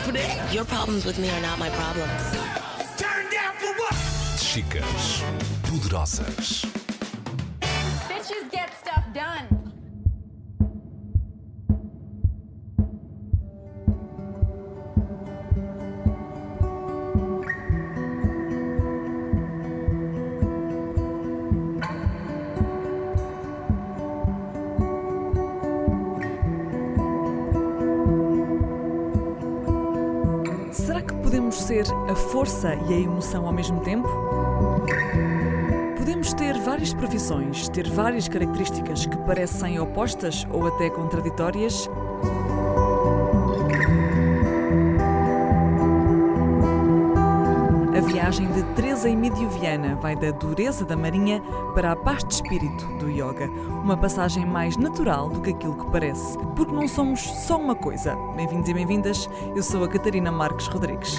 Your problems with me are not my problems. Chicas poderosas. Bitches get stuff done. Será que podemos ser a força e a emoção ao mesmo tempo? Podemos ter várias profissões, ter várias características que parecem opostas ou até contraditórias? A viagem de Teresa Emídio Viana vai da dureza da marinha para a paz de espírito do yoga. Uma passagem mais natural do que aquilo que parece, porque não somos só uma coisa. Bem-vindos e bem-vindas, eu sou a Catarina Marques Rodrigues.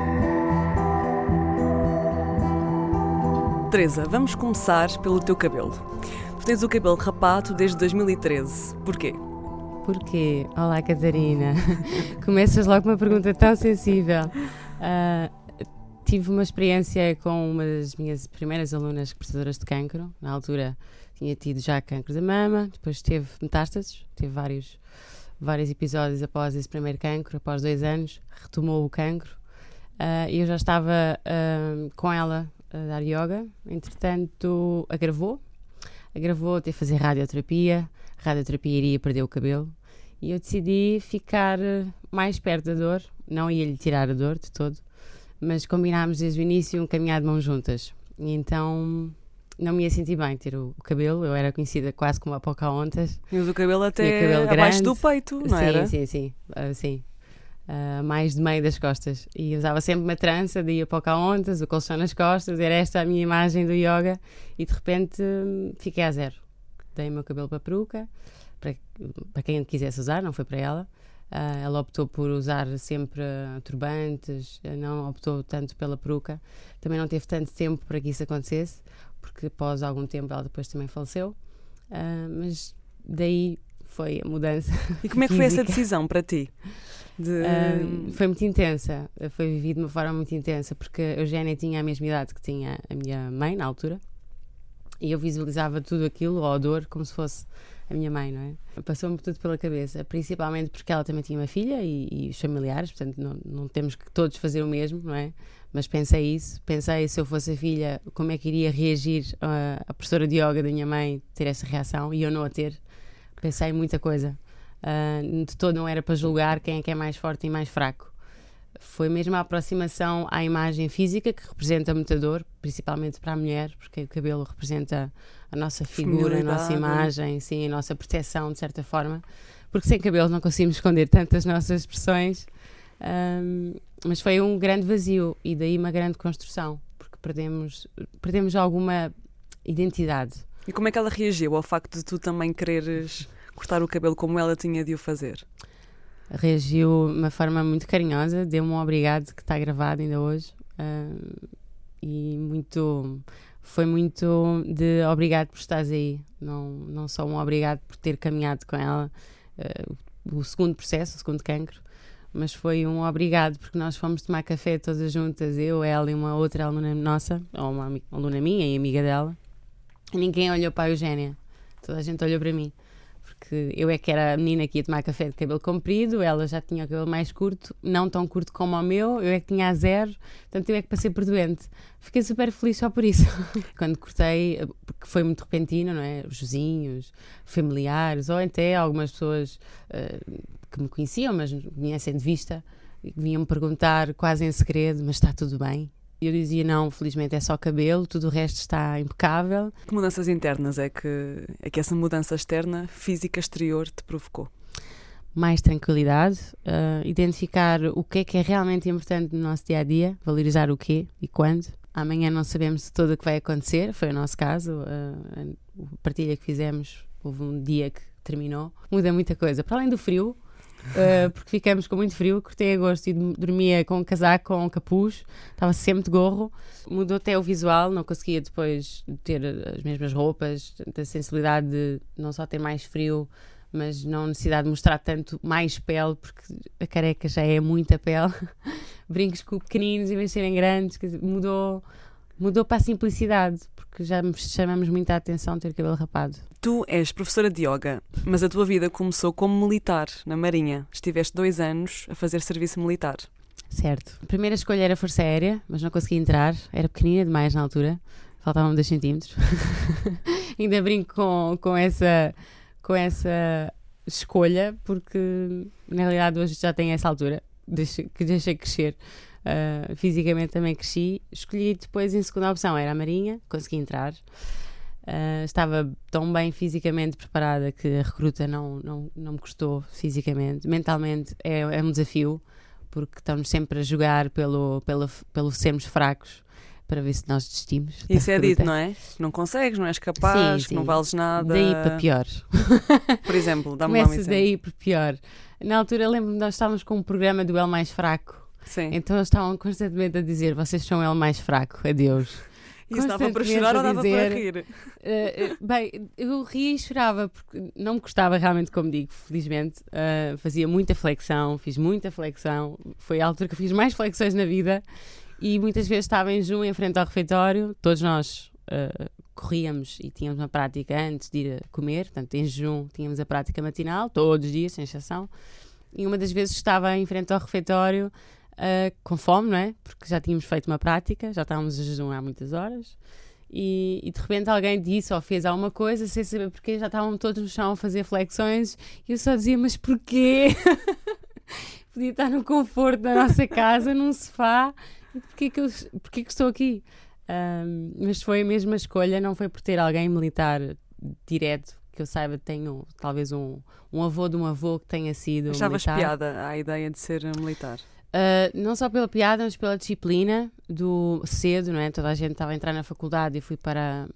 Teresa, vamos começar pelo teu cabelo. Tu tens o cabelo rapado desde 2013. Porquê? Porquê? Olá, Catarina. Começas logo com uma pergunta tão sensível. Tive uma experiência com uma das minhas primeiras alunas portadoras de cancro. Na altura tinha tido já cancro da mama, depois teve metástases, teve vários episódios após esse primeiro cancro. Após 2 anos, retomou o cancro. Eu já estava com ela a dar yoga. Entretanto, agravou, teve que fazer radioterapia. A radioterapia iria perder o cabelo. E eu decidi ficar mais perto da dor. Não ia lhe tirar a dor de todo, mas combinámos desde o início um caminhar de mãos juntas. E então não me ia sentir bem ter o cabelo. Eu era conhecida quase como a Pocahontas. Tinhas o cabelo até cabelo abaixo grande. do peito, não era? Sim. Mais de meio das costas. E usava sempre uma trança, daí a Pocahontas, o colchão nas costas. Era esta a minha imagem do yoga. E de repente fiquei a zero. Dei o meu cabelo para a peruca, para quem quisesse usar, não foi para ela. Ela optou por usar sempre turbantes, não optou tanto pela peruca. Também não teve tanto tempo para que isso acontecesse, porque após algum tempo ela depois também faleceu. Mas daí foi a mudança. E como é que foi essa decisão para ti? Foi muito intensa, foi vivido de uma forma muito intensa, porque a Eugénia tinha a mesma idade que tinha a minha mãe na altura, e eu visualizava tudo aquilo, a dor, como se fosse a minha mãe, não é? Passou-me tudo pela cabeça, principalmente porque ela também tinha uma filha e os familiares, portanto não temos que todos fazer o mesmo, não é? Mas pensei se eu fosse a filha, como é que iria reagir a professora de yoga da minha mãe ter essa reação e eu não a ter. Pensei em muita coisa. De todo não era para julgar quem é que é mais forte e mais fraco. Foi mesmo a aproximação à imagem física, que representa muita dor, principalmente para a mulher, porque o cabelo representa a nossa figura, a nossa imagem, sim, a nossa proteção, de certa forma, porque sem cabelo não conseguimos esconder tantas nossas expressões. Mas foi um grande vazio e daí uma grande construção, porque perdemos alguma identidade. E como é que ela reagiu ao facto de tu também quereres cortar o cabelo como ela tinha de o fazer? Reagiu de uma forma muito carinhosa, deu-me um obrigado que está gravado ainda hoje, e foi muito de obrigado por estares aí, não só um obrigado por ter caminhado com ela o segundo processo, o segundo cancro, mas foi um obrigado porque nós fomos tomar café todas juntas, eu, ela e uma outra aluna nossa, ou uma aluna minha e amiga dela, e ninguém olhou para a Eugénia, toda a gente olhou para mim. Porque eu é que era a menina que ia tomar café de cabelo comprido, ela já tinha o cabelo mais curto, não tão curto como o meu, eu é que tinha a zero, portanto eu é que passei por doente. Fiquei super feliz só por isso. Quando cortei, porque foi muito repentino, não é? Os vizinhos, familiares, ou até algumas pessoas que me conheciam, mas me conhecem de vista, vinham-me perguntar quase em segredo, mas está tudo bem? E eu dizia, não, felizmente é só cabelo, tudo o resto está impecável. Que mudanças internas é que essa mudança externa, física, exterior, te provocou? Mais tranquilidade, identificar o que é realmente importante no nosso dia-a-dia, valorizar o quê e quando. Amanhã não sabemos de tudo o que vai acontecer, foi o nosso caso, a partilha que fizemos, houve um dia que terminou. Muda muita coisa, para além do frio, porque ficamos com muito frio, cortei agosto e dormia com um casaco, com um capuz, estava sempre de gorro, mudou até o visual, não conseguia depois ter as mesmas roupas, a sensibilidade de não só ter mais frio, mas não necessidade de mostrar tanto mais pele, porque a careca já é muita pele. Brincos pequeninos em vez de serem grandes, quer dizer, mudou para a simplicidade, porque já chamamos muita atenção ter cabelo rapado. Tu és professora de yoga, mas a tua vida começou como militar na Marinha. Estiveste 2 anos a fazer serviço militar. Certo. A primeira escolha era Força Aérea, mas não consegui entrar. Era pequenina demais na altura. Faltavam 2 centímetros. Ainda brinco com essa escolha, porque na realidade hoje já tenho essa altura. Deixei crescer. Fisicamente também cresci. Escolhi depois em segunda opção, era a Marinha. Consegui entrar. Estava tão bem fisicamente preparada que a recruta não me custou fisicamente. Mentalmente é um desafio, porque estamos sempre a jogar pelo sermos fracos para ver se nós desistimos. Isso é dito, não é? Não consegues, não és capaz, sim. Não vales nada. Daí para pior. Por exemplo, dá-me lá um exemplo. Daí para pior. Na altura lembro-me, nós estávamos com um programa do L mais fraco. Sim. Então eles estavam constantemente a dizer: vocês são o L mais fraco, adeus. Isso dava para chorar ou dava para rir? Bem, eu ria e chorava porque não me gostava realmente, como digo, felizmente. Fazia muita flexão, fiz muita flexão. Foi a altura que eu fiz mais flexões na vida e muitas vezes estava em jejum em frente ao refeitório. Todos nós corríamos e tínhamos uma prática antes de ir a comer. Portanto, em jejum tínhamos a prática matinal, todos os dias, sem exceção. E uma das vezes estava em frente ao refeitório com fome, não é? Porque já tínhamos feito uma prática, já estávamos a jejum há muitas horas e de repente alguém disse ou fez alguma coisa sem saber porquê, já estavam todos no chão a fazer flexões e eu só dizia: mas porquê? Podia estar no conforto da nossa casa, num sofá, e porquê que estou aqui? Mas foi a mesma escolha, não foi por ter alguém militar direto, que eu saiba. Tenho talvez um avô de um avô que tenha sido Achavas militar. piada à ideia de ser militar? Não só pela piada, mas pela disciplina do cedo, não é? Toda a gente estava a entrar na faculdade e fui para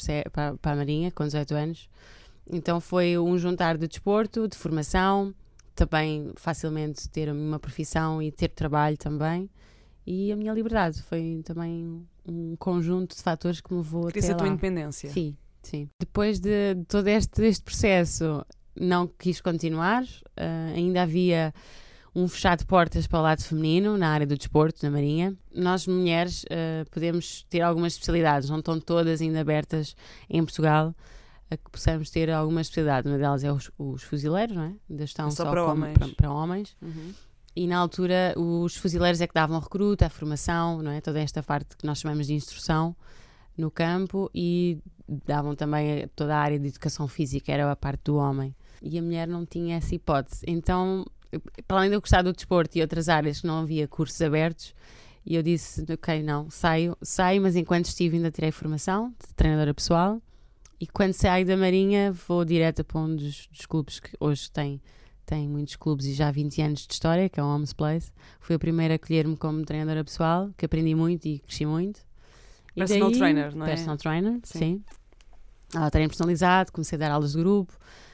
a Marinha com 18 anos. Então foi um juntar de desporto, de formação, também facilmente ter uma profissão e ter trabalho também, e a minha liberdade. Foi também um conjunto de fatores que me levou até lá. Queria a tua independência. Sim. Depois de todo este processo, não quis continuar. Ainda havia um fechado de portas para o lado feminino na área do desporto, na Marinha. Nós, mulheres, podemos ter algumas especialidades, não estão todas ainda abertas em Portugal, a que possamos ter algumas especialidades. Uma delas é os fuzileiros, não é? Ainda estão só para homens. Uhum. E na altura os fuzileiros é que davam recruta, a formação, não é? Toda esta parte que nós chamamos de instrução no campo, e davam também toda a área de educação física, era a parte do homem. E a mulher não tinha essa hipótese. Então, para além de eu gostar do desporto e outras áreas que não havia cursos abertos, e eu disse: ok, não, saio, mas enquanto estive ainda tirei formação de treinadora pessoal, e quando saio da Marinha vou direto para um dos clubes que hoje tem muitos clubes e já há 20 anos de história, que é o Homes Place. Fui a primeira a acolher-me como treinadora pessoal, que aprendi muito e cresci muito. Personal trainer, não é? Personal trainer, sim. Treino personalizado, comecei a dar aulas de grupo.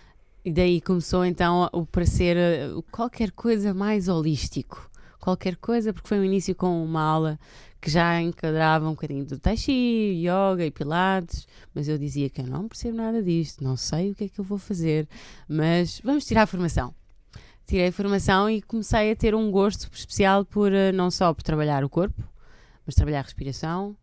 E daí começou então para ser qualquer coisa mais holístico. Qualquer coisa, porque foi um início com uma aula que já enquadrava um bocadinho do Tai Chi, Yoga e Pilates, mas eu dizia que eu não percebo nada disto, não sei o que é que eu vou fazer, mas vamos tirar a formação. Tirei a formação e comecei a ter um gosto especial por não só por trabalhar o corpo, mas trabalhar a respiração,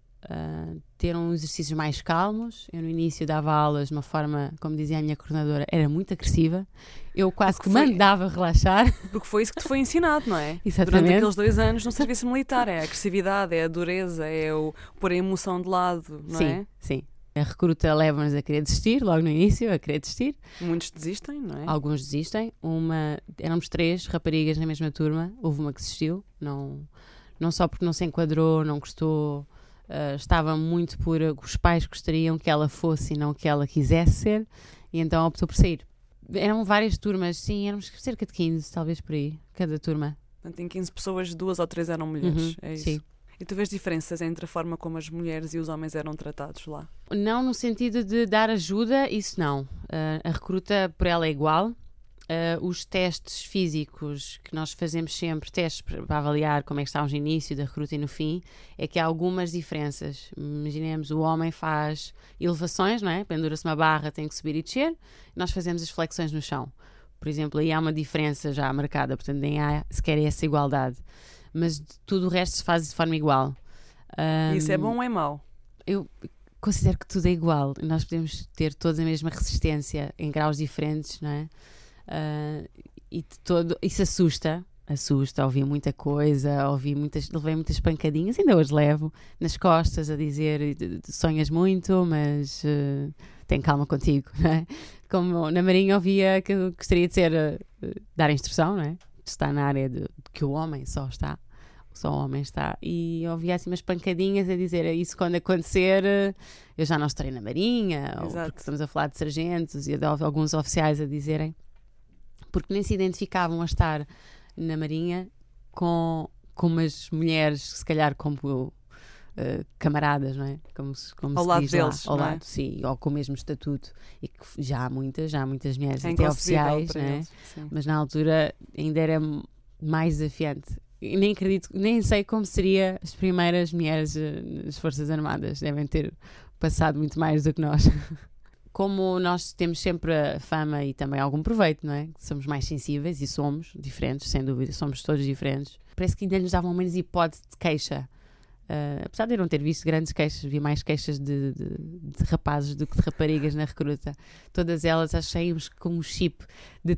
ter uns exercícios mais calmos. Eu no início dava aulas de uma forma, como dizia a minha coordenadora, era muito agressiva. Eu quase que mandava relaxar. Porque foi isso que te foi ensinado, não é? Exatamente. Durante aqueles 2 anos no serviço militar. É a agressividade, é a dureza, é o pôr a emoção de lado, não é? Sim. A recruta leva-nos a querer desistir, logo no início, a querer desistir. Muitos desistem, não é? Alguns desistem. Éramos 3 raparigas na mesma turma. Houve uma que desistiu. Não só porque não se enquadrou, não gostou. Estava muito por os pais gostariam que ela fosse e não que ela quisesse ser, e então optou por sair. Eram várias turmas, sim, éramos cerca de 15, talvez por aí, cada turma. Portanto, em 15 pessoas, 2 ou 3 eram mulheres, é isso? Sim. E tu vês diferenças entre a forma como as mulheres e os homens eram tratados lá? Não no sentido de dar ajuda, isso não. A recruta por ela é igual. Os testes físicos que nós fazemos sempre, testes para avaliar como é que estamos no início da recruta e no fim, é que há algumas diferenças. Imaginemos, o homem faz elevações, não é? Pendura-se uma barra, tem que subir e descer. Nós fazemos as flexões no chão. Por exemplo, aí há uma diferença já marcada, portanto nem há sequer essa igualdade. Mas tudo o resto se faz de forma igual. Isso é bom ou é mau? Eu considero que tudo é igual. Nós podemos ter toda a mesma resistência em graus diferentes, não é? Isso assusta, ouvi muita coisa, levei muitas pancadinhas, ainda hoje levo nas costas a dizer sonhas muito, mas tem calma contigo, não é? Como na Marinha ouvia que eu gostaria de ser dar instrução, não é? Está na área de que o homem só o homem está, e ouvia assim umas pancadinhas a dizer isso quando acontecer eu já não estarei na Marinha, ou porque estamos a falar de sargentos e de alguns oficiais a dizerem, porque nem se identificavam a estar na Marinha com umas mulheres, se calhar como camaradas, não é? Como ao se lado diz deles, lá, ao não é? lado, sim, ou com o mesmo estatuto, e que já há muitas mulheres, É até inconcebível oficiais, para não é? eles, sim. Mas na altura ainda era mais desafiante. E nem sei como seria as primeiras mulheres nas Forças Armadas, devem ter passado muito mais do que nós. Como nós temos sempre a fama e também algum proveito, não é? Somos mais sensíveis e somos diferentes, sem dúvida, somos todos diferentes. Parece que ainda nos davam menos hipótese de queixa. Apesar de eu não ter visto grandes queixas, vi mais queixas de rapazes do que de raparigas na recruta. Todas elas achei-nos com um chip de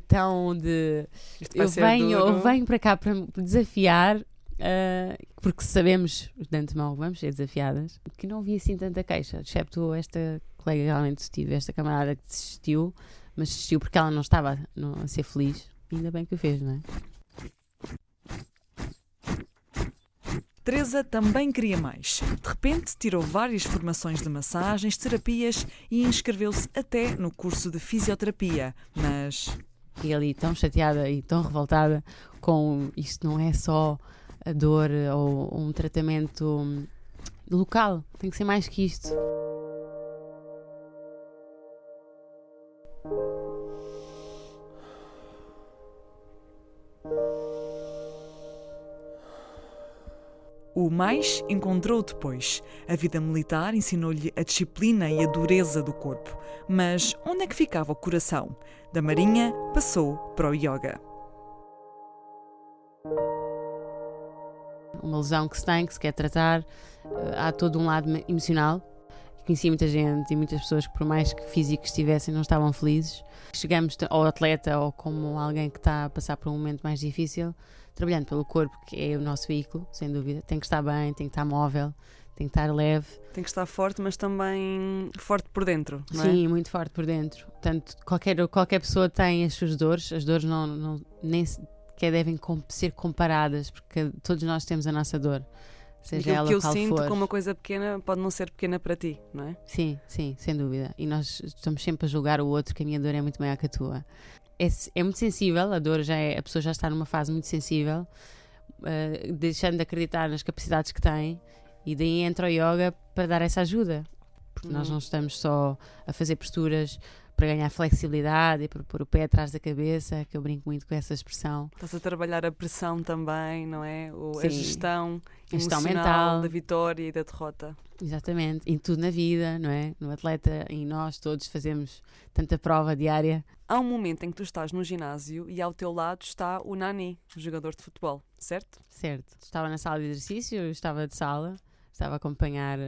eu venho para cá para me desafiar, porque sabemos de antemão que vamos ser desafiadas, que não vi assim tanta queixa, excepto esta colega que realmente tive, esta camarada que desistiu, mas desistiu porque ela não estava a ser feliz, ainda bem que o fez, não é? Teresa também queria mais. De repente tirou várias formações de massagens, terapias e inscreveu-se até no curso de fisioterapia, mas... E ali tão chateada e tão revoltada com isto não é só a dor ou um tratamento local, tem que ser mais que isto. O mais encontrou depois. A vida militar ensinou-lhe a disciplina e a dureza do corpo. Mas onde é que ficava o coração? Da Marinha passou para o yoga. Uma lesão que se quer tratar, há todo um lado emocional. Conheci muita gente e muitas pessoas que, por mais que físicos estivessem, não estavam felizes. Chegamos ao atleta ou como alguém que está a passar por um momento mais difícil, trabalhando pelo corpo, que é o nosso veículo, sem dúvida. Tem que estar bem, tem que estar móvel, tem que estar leve. Tem que estar forte, mas também forte por dentro, não é? Sim, muito forte por dentro. Portanto, qualquer pessoa tem as suas dores. As dores nem sequer devem ser comparadas, porque todos nós temos a nossa dor. Seja Aquilo ela que eu qual sinto for. como uma coisa pequena pode não ser pequena para ti, não é? Sim, sem dúvida. E nós estamos sempre a julgar o outro, que a minha dor é muito maior que a tua. É muito sensível, a dor a pessoa já está numa fase muito sensível, deixando de acreditar nas capacidades que tem, e daí entra o yoga para dar essa ajuda. Porque nós não estamos só a fazer posturas para ganhar flexibilidade e para pôr o pé atrás da cabeça, que eu brinco muito com essa expressão. Estás a trabalhar a pressão também, não é? A gestão Gestão emocional mental. da vitória e da derrota. Exatamente, em tudo na vida, não é? No atleta, e nós todos fazemos tanta prova diária. Há um momento em que tu estás no ginásio e ao teu lado está o Nani, o jogador de futebol, certo? Certo. Estava na sala de exercício, eu estava de sala, estava a acompanhar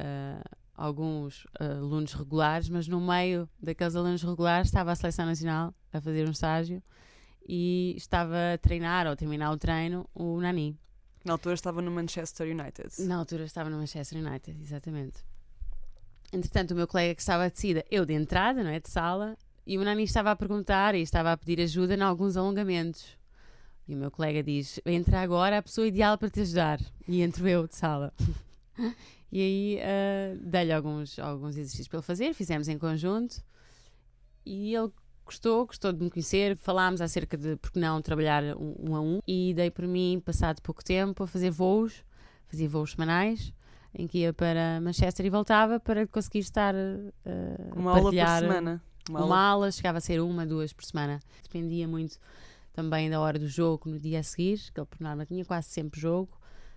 alguns alunos regulares, mas no meio daqueles alunos regulares estava a Seleção Nacional a fazer um estágio e estava a treinar, ou a terminar o treino, o Nani. Na altura estava no Manchester United. Na altura estava no Manchester United, exatamente. Entretanto, o meu colega que estava de saída, eu de entrada, não é, de sala, e o Nani estava a perguntar e estava a pedir ajuda em alguns alongamentos. E o meu colega diz, entra agora a pessoa ideal para te ajudar. E entro eu de sala. E aí dei-lhe alguns exercícios para ele fazer, fizemos em conjunto e ele gostou de me conhecer, falámos acerca de porque não trabalhar um a um, e dei por mim, passado pouco tempo, a fazer voos, fazia voos semanais em que ia para Manchester e voltava para conseguir estar uma a aula por partilhar semana. uma aula, chegava a ser 1, 2 por semana, dependia muito também da hora do jogo no dia a seguir, que ele por norma tinha quase sempre jogo.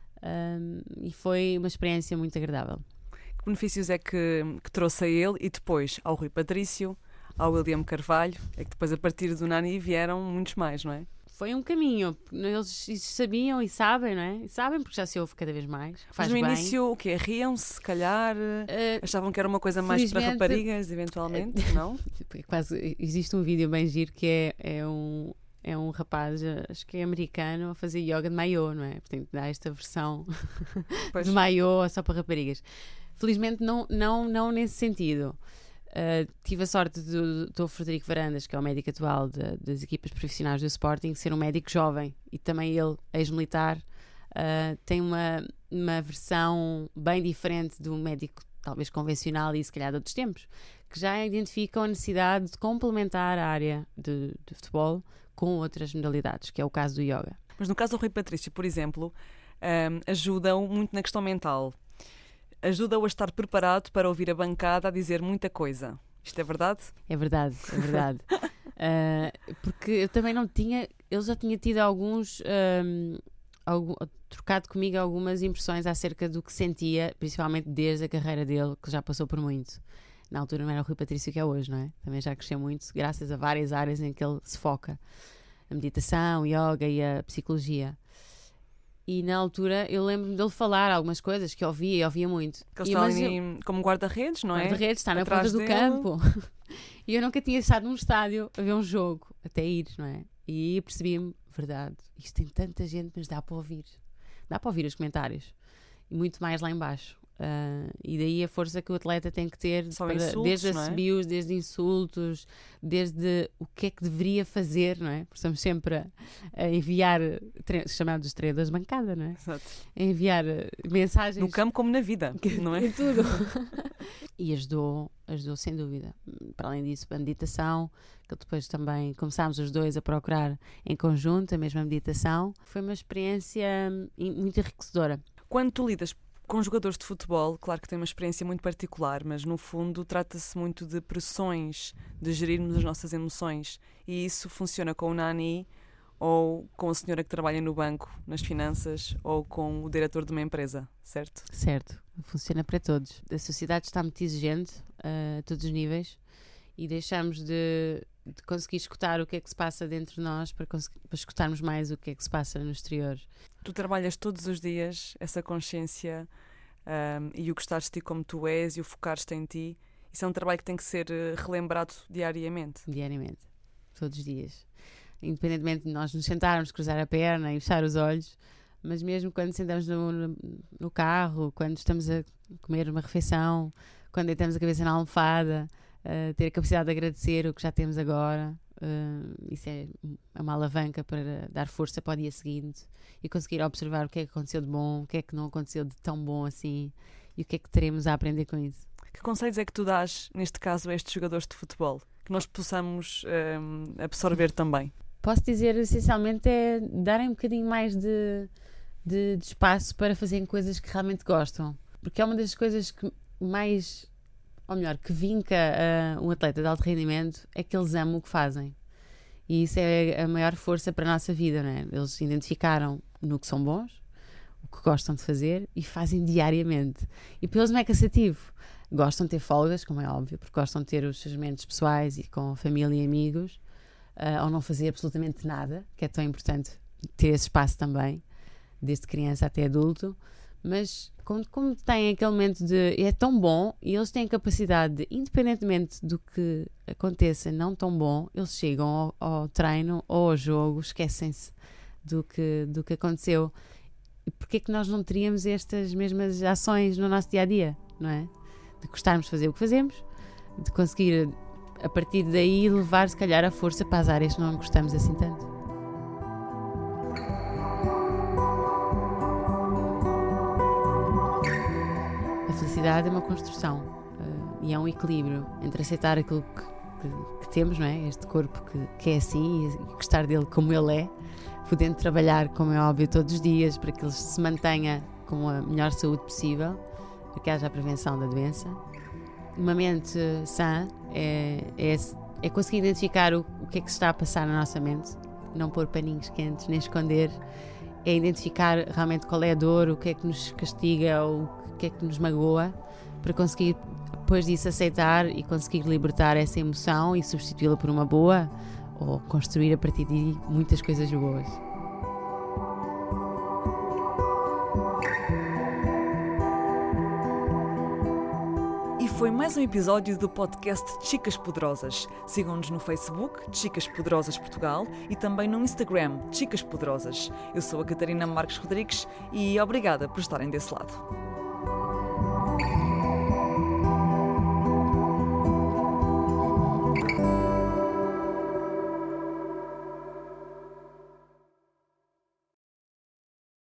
E foi uma experiência muito agradável. Que benefícios é que trouxe a ele e depois ao Rui Patrício, ao William Carvalho, é que depois a partir do Nani vieram muitos mais, não é? Foi um caminho, eles sabiam e sabem, não é? E sabem porque já se ouve cada vez mais. Mas no início, o quê? Riam-se, se calhar? Achavam que era uma coisa mais para raparigas, eventualmente, não? Quase, existe um vídeo bem giro que é um rapaz, acho que é americano, a fazer yoga de maiô, não é? Portanto, dá esta versão de maiô só para raparigas. Felizmente não nesse sentido. Tive a sorte do Frederico Varandas, que é o médico atual das equipas profissionais do Sporting, ser um médico jovem e também ele, ex-militar, tem uma versão bem diferente do médico talvez convencional e se calhar de outros tempos, que já identificam a necessidade de complementar a área de futebol com outras modalidades, que é o caso do yoga. Mas no caso do Rui Patrício, por exemplo, ajuda-o muito na questão mental. Ajuda-o a estar preparado para ouvir a bancada a dizer muita coisa. Isto é verdade? É verdade. Porque eu também não tinha... Ele já tinha tido trocado comigo algumas impressões acerca do que sentia, principalmente desde a carreira dele, que já passou por muito. Na altura não era o Rui Patrício que é hoje, não é? Também já cresceu muito, graças a várias áreas em que ele se foca. A meditação, o yoga e a psicologia. E na altura eu lembro-me dele falar algumas coisas que eu ouvia muito. Que ele está ali como guarda-redes, não é? Guarda-redes, está na ponta do campo. E eu nunca tinha estado num estádio a ver um jogo, até ir, não é? E aí percebi-me, verdade, isto tem tanta gente, mas dá para ouvir. Dá para ouvir os comentários. E muito mais lá em baixo. E daí a força que o atleta tem que ter insultos, desde não é? assobios, desde insultos, desde o que é que deveria fazer, não é? Porque estamos sempre a enviar chamados treinadores de bancada, não é? Exato. A enviar mensagens no campo como na vida, não é? Em tudo. E ajudou sem dúvida. Para além disso, a meditação, que depois também começámos os dois a procurar em conjunto a mesma meditação, foi uma experiência muito enriquecedora. Quando tu lidas com jogadores de futebol, claro que tem uma experiência muito particular, mas no fundo trata-se muito de pressões, de gerirmos as nossas emoções. E isso funciona com o Nani, ou com a senhora que trabalha no banco, nas finanças, ou com o diretor de uma empresa, certo? Certo, funciona para todos. A sociedade está muito exigente a todos os níveis e deixamos de conseguir escutar o que é que se passa dentro de nós para escutarmos mais o que é que se passa no exterior. Tu trabalhas todos os dias essa consciência e o gostares de ti como tu és e o focares-te em ti. Isso é um trabalho que tem que ser relembrado diariamente. Diariamente, todos os dias. Independentemente de nós nos sentarmos, cruzar a perna e fechar os olhos, mas mesmo quando sentamos no carro, quando estamos a comer uma refeição, quando deitamos a cabeça na almofada, ter a capacidade de agradecer o que já temos agora, isso é uma alavanca para dar força para o dia seguinte e conseguir observar o que é que aconteceu de bom, o que é que não aconteceu de tão bom assim e o que é que teremos a aprender com isso. Que conselhos é que tu dás, neste caso, a estes jogadores de futebol, que nós possamos absorver também? Posso dizer, essencialmente, é darem um bocadinho mais de espaço para fazerem coisas que realmente gostam, porque é uma das coisas que mais... ou melhor, que vinca um atleta de alto rendimento é que eles amam o que fazem. E isso é a maior força para a nossa vida, não é? Eles se identificaram no que são bons, o que gostam de fazer e fazem diariamente. E para eles não é cansativo. Gostam de ter folgas, como é óbvio, porque gostam de ter os seus momentos pessoais e com família e amigos, ou não fazer absolutamente nada, que é tão importante ter esse espaço também, desde criança até adulto. Mas como têm aquele momento de é tão bom e eles têm capacidade de, independentemente do que aconteça não tão bom, eles chegam ao treino ou ao jogo, esquecem-se do que aconteceu. E porquê é que nós não teríamos estas mesmas ações no nosso dia-a-dia, não é? De gostarmos de fazer o que fazemos, de conseguir a partir daí levar se calhar a força para as áreas que não gostamos assim tanto. A felicidade é uma construção e é um equilíbrio entre aceitar aquilo que temos, não é? Este corpo que é assim e gostar dele como ele é, podendo trabalhar, como é óbvio, todos os dias para que ele se mantenha com a melhor saúde possível, para que haja a prevenção da doença. Uma mente sã é conseguir identificar o que é que se está a passar na nossa mente, não pôr paninhos quentes, nem esconder, é identificar realmente qual é a dor, o que é que nos castiga ou o que é que nos magoa, para conseguir depois disso aceitar e conseguir libertar essa emoção e substituí-la por uma boa, ou construir a partir de muitas coisas boas. Foi mais um episódio do podcast Chicas Poderosas. Sigam-nos no Facebook, Chicas Poderosas Portugal, e também no Instagram, Chicas Poderosas. Eu sou a Catarina Marques Rodrigues e obrigada por estarem desse lado.